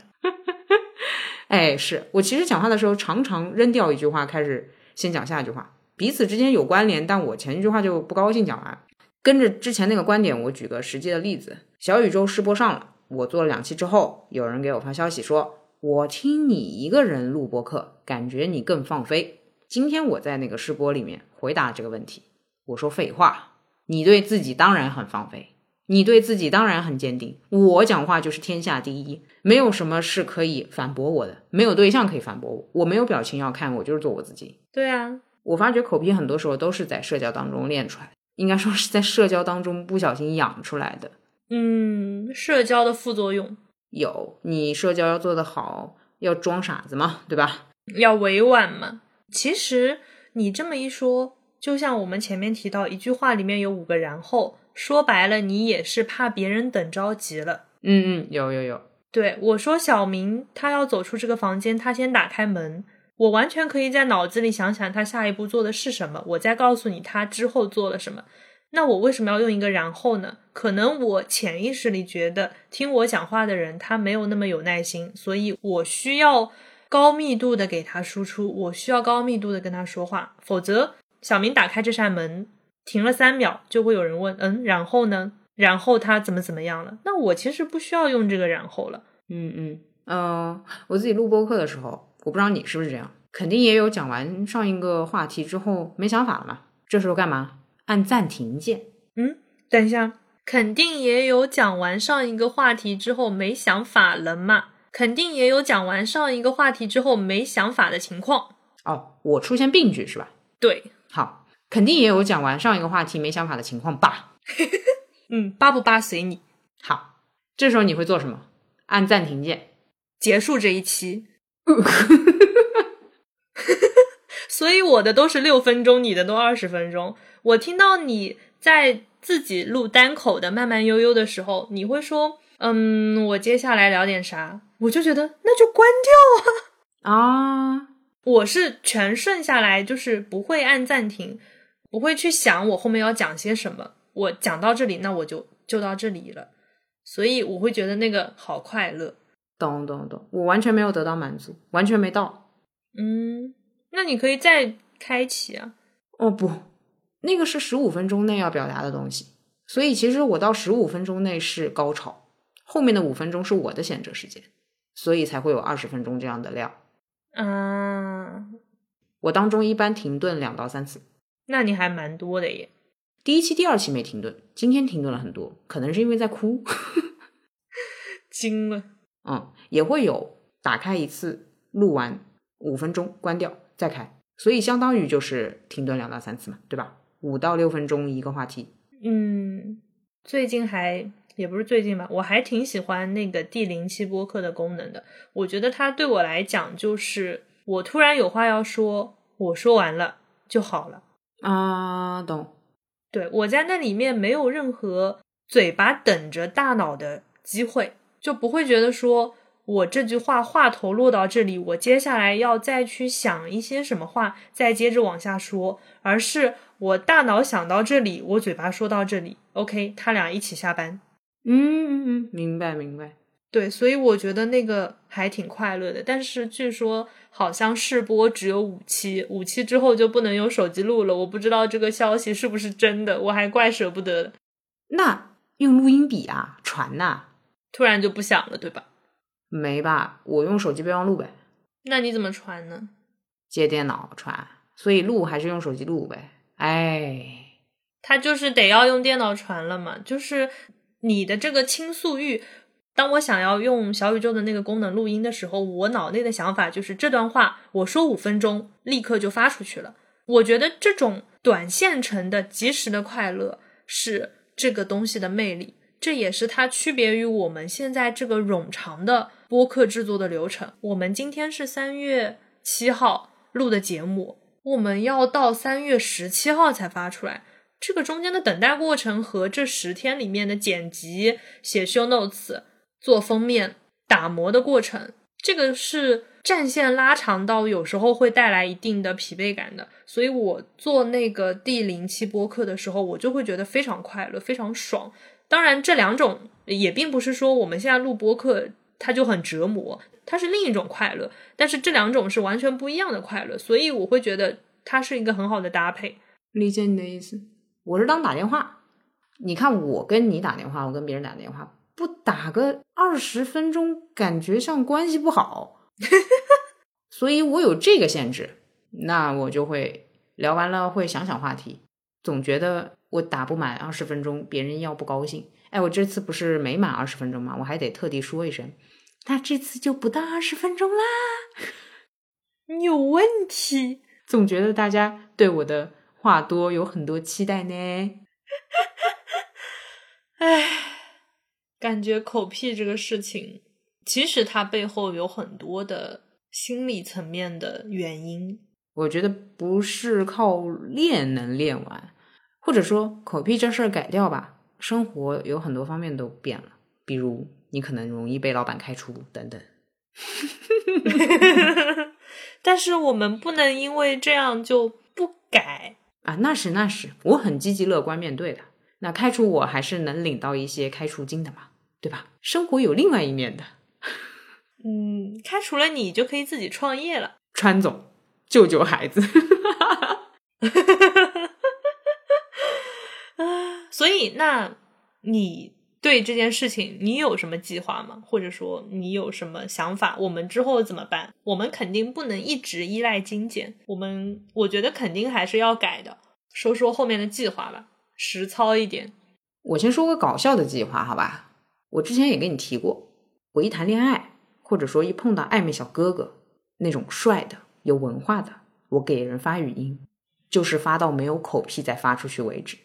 是我其实讲话的时候常常扔掉一句话，开始先讲下一句话，彼此之间有关联，但我前一句话就不高兴讲完。跟着之前那个观点，我举个实际的例子，小宇宙试播上了，我做了2期之后，有人给我发消息说，我听你一个人录播客，感觉你更放飞。今天我在那个试播里面回答这个问题，我说废话，你对自己当然很放飞，你对自己当然很坚定，我讲话就是天下第一，没有什么是可以反驳我的，没有对象可以反驳我，我没有表情要看，我就是做我自己。 对啊， 我发觉口癖很多时候都是在社交当中练出来的，应该说是在社交当中不小心养出来的。 社交的副作用有，你社交要做得好，要装傻子嘛，对吧？ 要委婉嘛。其实你这么一说，就像我们前面提到一句话里面有5个然后，说白了你也是怕别人等着急了。 有。 对，我说小明他要走出这个房间，他先打开门，我完全可以在脑子里想想他下一步做的是什么，我再告诉你他之后做了什么。那我为什么要用一个然后呢？可能我潜意识里觉得听我讲话的人他没有那么有耐心，所以我需要高密度的给他输出，我需要高密度的跟他说话，否则小明打开这扇门停了3秒，就会有人问然后呢？然后他怎么样了？那我其实不需要用这个然后了。 我自己录播客的时候，我不知道你是不是这样，肯定也有讲完上一个话题之后没想法了嘛，这时候干嘛？按暂停键。 等一下，肯定也有讲完上一个话题之后没想法了嘛？肯定也有讲完上一个话题之后没想法的情况。 我出现病句是吧？ 对。 好，肯定也有讲完上一个话题没想法的情况吧？ 扒不扒随你。 好，这时候你会做什么？按暂停键结束这一期。所以我的都是6分钟，你的都20分钟。我听到你在自己录单口的慢慢悠悠的时候，你会说我接下来聊点啥，我就觉得那就关掉啊。我是全顺下来，就是不会按暂停，不会去想我后面要讲些什么，我讲到这里那我就到这里了。 所以我会觉得那个好快乐。 懂，我完全没有得到满足，完全没到。 那你可以再开启啊。 哦不，那个是15分钟内要表达的东西，所以其实我到15分钟内是高潮，后面的5分钟是我的闲着时间，所以才会有20分钟这样的量。我当中一般停顿2到3次。 那你还蛮多的耶。 第1期第2期没停顿，今天停顿了很多，可能是因为在哭惊了。 也会有打开一次，录完5分钟关掉再开，所以相当于就是停顿2到3次嘛，对吧？5到6分钟一个话题。 最近也不是最近吧，我还挺喜欢那个第0期播客的功能的。我觉得它对我来讲就是我突然有话要说，我说完了就好了懂。 对，我在那里面没有任何嘴巴等着大脑的机会，就不会觉得说我这句话头落到这里，我接下来要再去想一些什么话再接着往下说，而是我大脑想到这里，我嘴巴说到这里 OK， 他俩一起下班。 明白。 对，所以我觉得那个还挺快乐的。但是据说好像试播只有5期，5期之后就不能用手机录了，我不知道这个消息是不是真的，我还怪舍不得的。 那用录音笔啊传啊？ 突然就不想了对吧？ 没吧，我用手机备忘录呗。 那你怎么传呢？ 接电脑传，所以录还是用手机录呗。 他就是得要用电脑传了嘛，就是你的这个倾诉欲。当我想要用小宇宙的那个功能录音的时候，我脑内的想法就是这段话我说5分钟立刻就发出去了。我觉得这种短线程的及时的快乐是这个东西的魅力，这也是它区别于我们现在这个冗长的播客制作的流程。我们今天是3月7号录的节目，我们要到3月17号才发出来，这个中间的等待过程和这10天里面的剪辑、写 show notes、做封面、打磨的过程，这个是战线拉长到有时候会带来一定的疲惫感的。所以我做那个第0期播客的时候，我就会觉得非常快乐，非常爽。当然这2种也并不是说我们现在录播客它就很折磨，它是另一种快乐，但是这2种是完全不一样的快乐，所以我会觉得它是一个很好的搭配。 理解你的意思。我是当打电话，你看我跟你打电话，我跟别人打电话不打个20分钟感觉像关系不好所以我有这个限制，那我就会聊完了会想话题，总觉得我打不满20分钟别人要不高兴。我这次不是没满20分钟吗？我还得特地说一声，那这次就不到20分钟啦。 你有问题。 总觉得大家对我的话多有很多期待呢。 感觉口癖这个事情其实它背后有很多的心理层面的原因。 我觉得不是靠练能练完，或者说口癖这事儿改掉吧，生活有很多方面都变了，比如你可能容易被老板开除等等但是我们不能因为这样就不改啊。那是我很积极乐观面对的，那开除我还是能领到一些开除金的嘛，对吧？生活有另外一面的。 开除了你就可以自己创业了。 川总救救孩子所以那你对这件事情你有什么计划吗？或者说你有什么想法？我们之后怎么办？我们肯定不能一直依赖精简，我觉得肯定还是要改的。说说后面的计划吧，实操一点。 我先说个搞笑的计划好吧，我之前也跟你提过，我一谈恋爱或者说一碰到暧昧小哥哥那种帅的有文化的，我给人发语音就是发到没有口癖再发出去为止。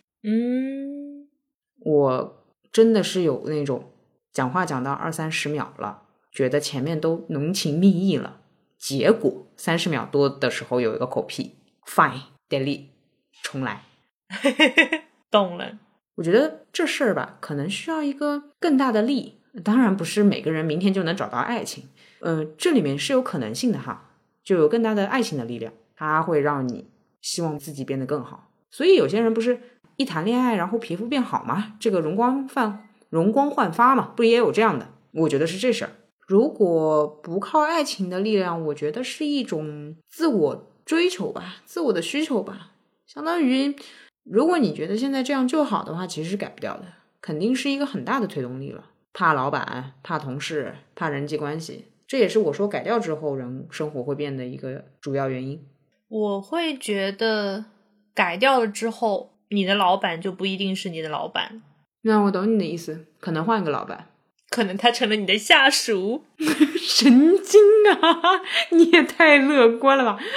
我真的是有那种讲话讲到20-30秒了，觉得前面都浓情蜜意了，结果30秒多的时候有一个口癖 Fine delete 重来懂了。 我觉得这事儿吧可能需要一个更大的力，当然不是每个人明天就能找到爱情，这里面是有可能性的哈，就有更大的爱情的力量，它会让你希望自己变得更好。所以有些人不是一谈恋爱然后皮肤变好吗？这个容光容光焕发嘛，不也有这样的？我觉得是这事儿。如果不靠爱情的力量，我觉得是一种自我追求吧，自我的需求吧。相当于如果你觉得现在这样就好的话，其实是改不掉的，肯定是一个很大的推动力了。怕老板，怕同事，怕人际关系，这也是我说改掉之后人生活会变的一个主要原因。 我会觉得改掉了之后，你的老板就不一定是你的老板。 那我懂你的意思，可能换一个老板， 可能他成了你的下属。 神经啊，你也太乐观了吧。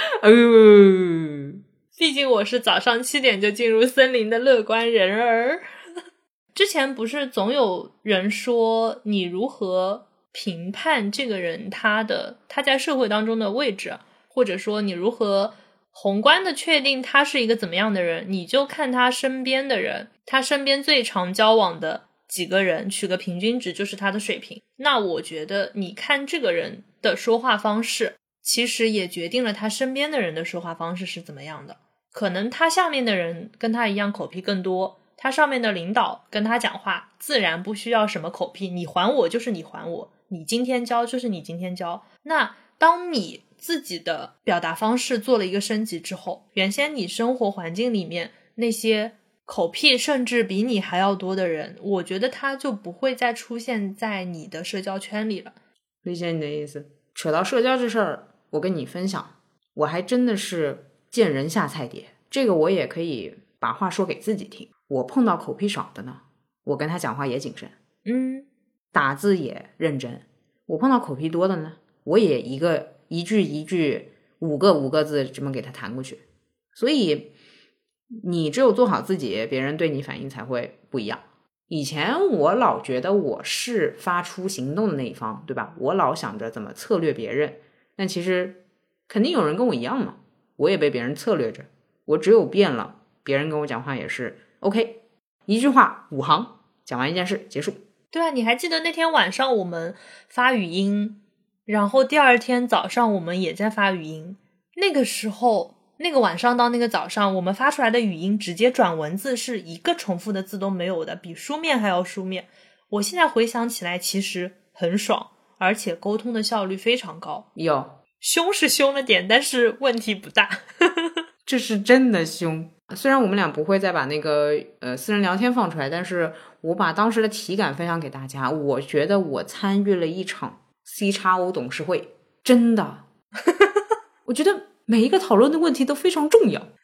毕竟我是早上7点就进入森林的乐观人儿。之前不是总有人说你如何评判这个人他在社会当中的位置，或者说你如何宏观的确定他是一个怎么样的人，你就看他身边的人，他身边最常交往的几个人，取个平均值就是他的水平。那我觉得你看这个人的说话方式，其实也决定了他身边的人的说话方式是怎么样的。可能他下面的人跟他一样口癖更多，他上面的领导跟他讲话自然不需要什么口癖，你还我就是你还我，你今天教就是你今天教。那当你自己的表达方式做了一个升级之后，原先你生活环境里面那些口癖甚至比你还要多的人，我觉得他就不会再出现在你的社交圈里了。 理解你的意思。扯到社交这事儿，我跟你分享，我还真的是见人下菜碟，这个我也可以把话说给自己听。我碰到口癖少的呢，我跟他讲话也谨慎，打字也认真。我碰到口癖多的呢，我也一句一句五个字这么给他弹过去。所以你只有做好自己，别人对你反应才会不一样。以前我老觉得我是发出行动的那一方，对吧？我老想着怎么策略别人，但其实肯定有人跟我一样嘛，我也被别人策略着。我只有变了，别人跟我讲话也是 OK， 一句话5行讲完一件事结束。 对啊，你还记得那天晚上我们发语音，然后第二天早上我们也在发语音，那个时候那个晚上到那个早上，我们发出来的语音直接转文字是一个重复的字都没有的，比书面还要书面。我现在回想起来其实很爽，而且沟通的效率非常高。凶是凶了点，但是问题不大。 这是真的凶。虽然我们俩不会再把那个私人聊天放出来，但是我把当时的体感分享给大家。我觉得我参与了一场 CXO 董事会，真的。我觉得每一个讨论的问题都非常重要。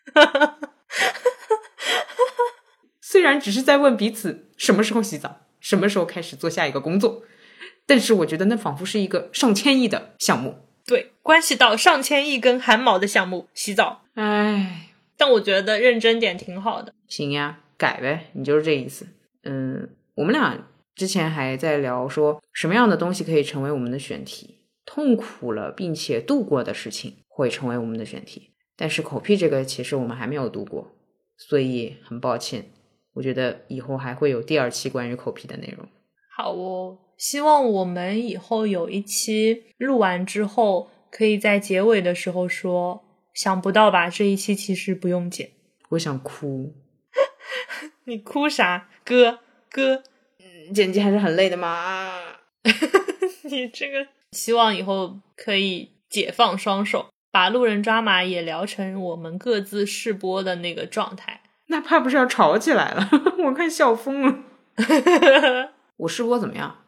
虽然只是在问彼此什么时候洗澡，什么时候开始做下一个工作，但是我觉得那仿佛是一个上千亿的项目。 对，关系到上千亿根汗毛的项目，洗澡。但我觉得认真点挺好的。 行呀，改呗，你就是这意思。我们俩之前还在聊说什么样的东西可以成为我们的选题，痛苦了并且度过的事情会成为我们的选题，但是口癖这个其实我们还没有度过，所以很抱歉，我觉得以后还会有第2期关于口癖的内容。 好哦，希望我们以后有一期录完之后可以在结尾的时候说，想不到吧，这一期其实不用剪。 我想哭。 你哭啥？哥剪辑还是很累的嘛。 你这个，希望以后可以解放双手，把路人抓马也聊成我们各自试播的那个状态。 那怕不是要吵起来了。我看笑疯了。我试播怎么样？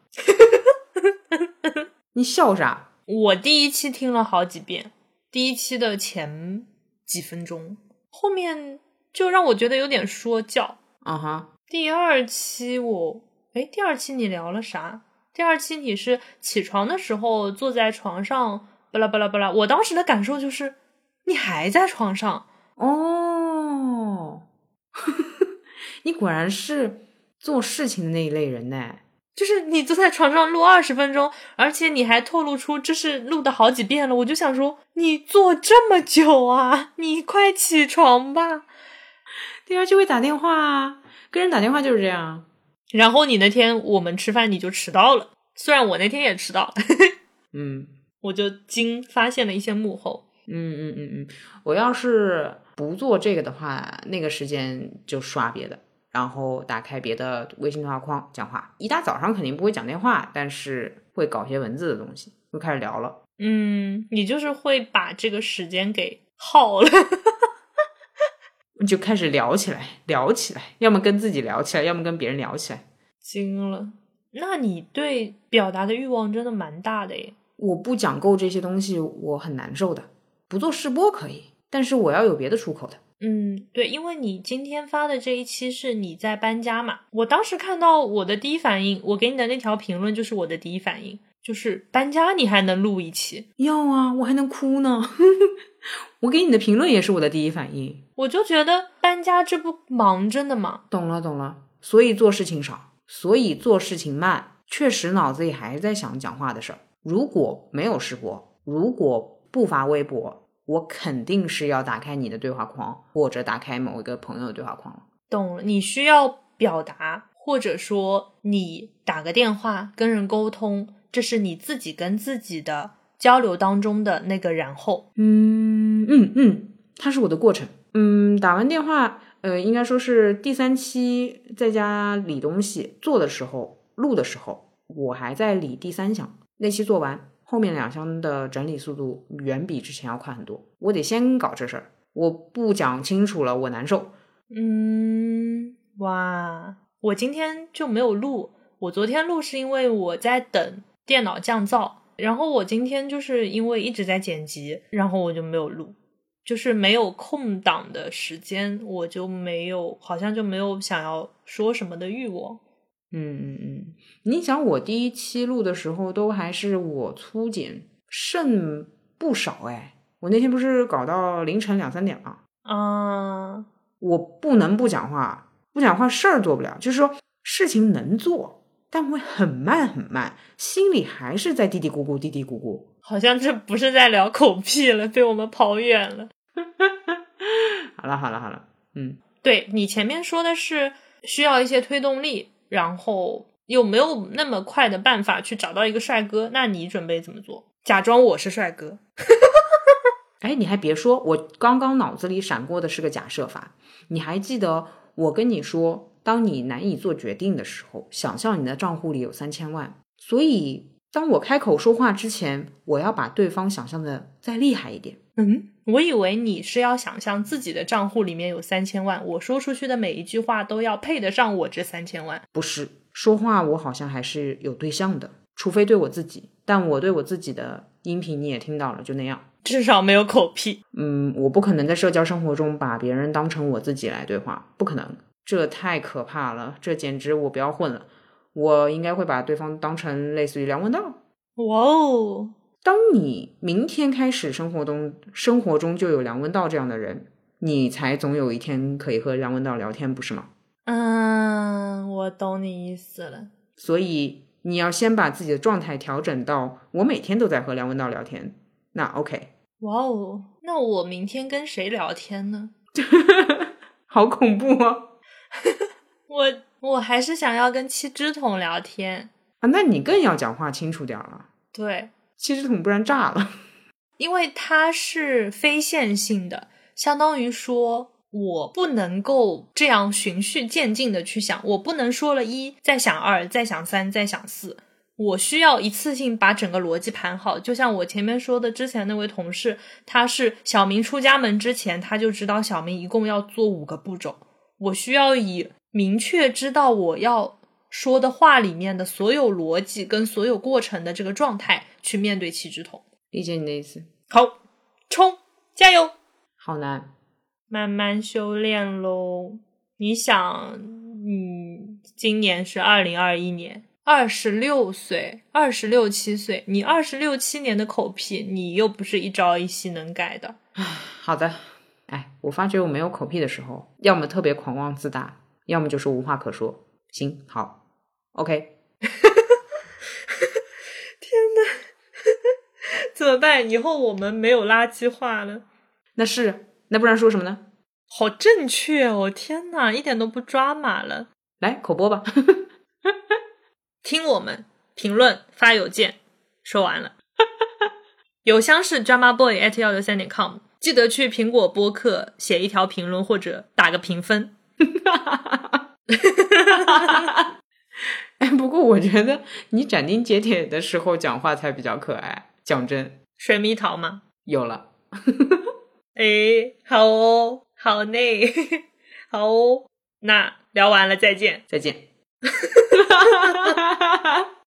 你笑啥？ 我第1期听了好几遍，第1期的前几分钟，后面就让我觉得有点说教。第2期第2期你聊了啥？第2期你是起床的时候坐在床上巴拉巴拉巴拉，我当时的感受就是你还在床上。 你果然是做事情的那一类人呢。 就是你坐在床上录20分钟，而且你还透露出这是录的好几遍了，我就想说你坐这么久啊，你快起床吧。 第2期会打电话啊，跟人打电话就是这样。 然后你那天我们吃饭你就迟到了，虽然我那天也迟到了。我就发现了一些幕后。 我要是不做这个的话，那个时间就刷别的。 然后打开别的微信对话框讲话。一大早上肯定不会讲电话，但是会搞些文字的东西，就开始聊了。 你就是会把这个时间给耗了。 就开始聊起来，要么跟自己聊起来，要么跟别人聊起来。 惊了，那你对表达的欲望真的蛮大的耶。 我不讲够这些东西，我很难受的。不做试播可以，但是我要有别的出口的。 对，因为你今天发的这一期是你在搬家嘛，我当时看到我的第一反应，我给你的那条评论就是我的第一反应，就是搬家你还能录一期？ 要啊，我还能哭呢。我给你的评论也是我的第一反应， 我就觉得搬家这不忙着呢吗？ 懂了，所以做事情少，所以做事情慢，确实脑子里还在想讲话的事儿。如果没有试播，如果不发微博，我肯定是要打开你的对话框，或者打开某一个朋友的对话框。 懂了，你需要表达，或者说你打个电话跟人沟通，这是你自己跟自己的交流当中的那个然后。 它是我的过程。打完电话，应该说是第3期在家理东西做的时候，录的时候，我还在理第3项。那期做完，后面2项的整理速度远比之前要快很多。我得先搞这事儿，我不讲清楚了，我难受。 哇，我今天就没有录。我昨天录是因为我在等电脑降噪，然后我今天就是因为一直在剪辑，然后我就没有录，就是没有空档的时间，我就没有，好像就没有想要说什么的欲望。 你想我第1期录的时候都还是我粗剪，剩不少哎。我那天不是搞到凌晨2、3点吗？我不能不讲话，不讲话事儿做不了，就是说事情能做，但会很慢，心里还是在嘀嘀咕咕。 好像这不是在聊口癖了，被我们跑远了。 好了， 对，你前面说的是需要一些推动力，然后又没有那么快的办法去找到一个帅哥，那你准备怎么做？假装我是帅哥。 哎，你还别说，我刚刚脑子里闪过的是个假设法。你还记得我跟你说，当你难以做决定的时候，想象你的账户里有3000万。所以当我开口说话之前，我要把对方想象的再厉害一点。 我以为你是要想象自己的账户里面有3000万，我说出去的每一句话都要配得上我这3000万。 不是，说话我好像还是有对象的，除非对我自己，但我对我自己的音频你也听到了，就那样。 至少没有口癖。 我不可能在社交生活中把别人当成我自己来对话，不可能，这太可怕了，这简直我不要混了。我应该会把对方当成类似于梁文道。 哇哦！ 当你明天开始生活中就有梁文道这样的人，你才总有一天可以和梁文道聊天，不是吗？ 我懂你意思了。 所以你要先把自己的状态调整到我每天都在和梁文道聊天，那 OK。 哇哦，那我明天跟谁聊天呢？ 好恐怖啊。 我还是想要跟七只桶聊天啊，那你更要讲话清楚点了。 对， 七只桶不然炸了。 因为它是非线性的，相当于说我不能够这样循序渐进的去想，我不能说了1再想2再想3再想4，我需要一次性把整个逻辑盘好。就像我前面说的，之前那位同事，他是小明出家门之前他就知道小明一共要做5个步骤，我需要以明确知道我要说的话里面的所有逻辑跟所有过程的这个状态去面对七只桶。 理解你的意思。 好，冲，加油。 好难， 慢慢修炼咯。你想今年是2021年，26岁26、7岁，你26、7年的口癖你又不是一朝一夕能改的。 好的。我发觉我没有口癖的时候，要么特别狂妄自大，要么就是无话可说。行，好 OK。 天哪怎么办？以后我们没有垃圾话了。 那不然说什么呢？ 好正确哦，天哪，一点都不抓马了。 来口播吧。 听我们评论发邮件。说完了。邮箱是 dramaboy@163.com， 记得去苹果播客写一条评论或者打个评分。 哎，不过我觉得你斩钉截铁的时候讲话才比较可爱，讲真。 水蜜桃吗？ 有了。 哎，好哦，好呢，好哦，那聊完了，再见。 再见。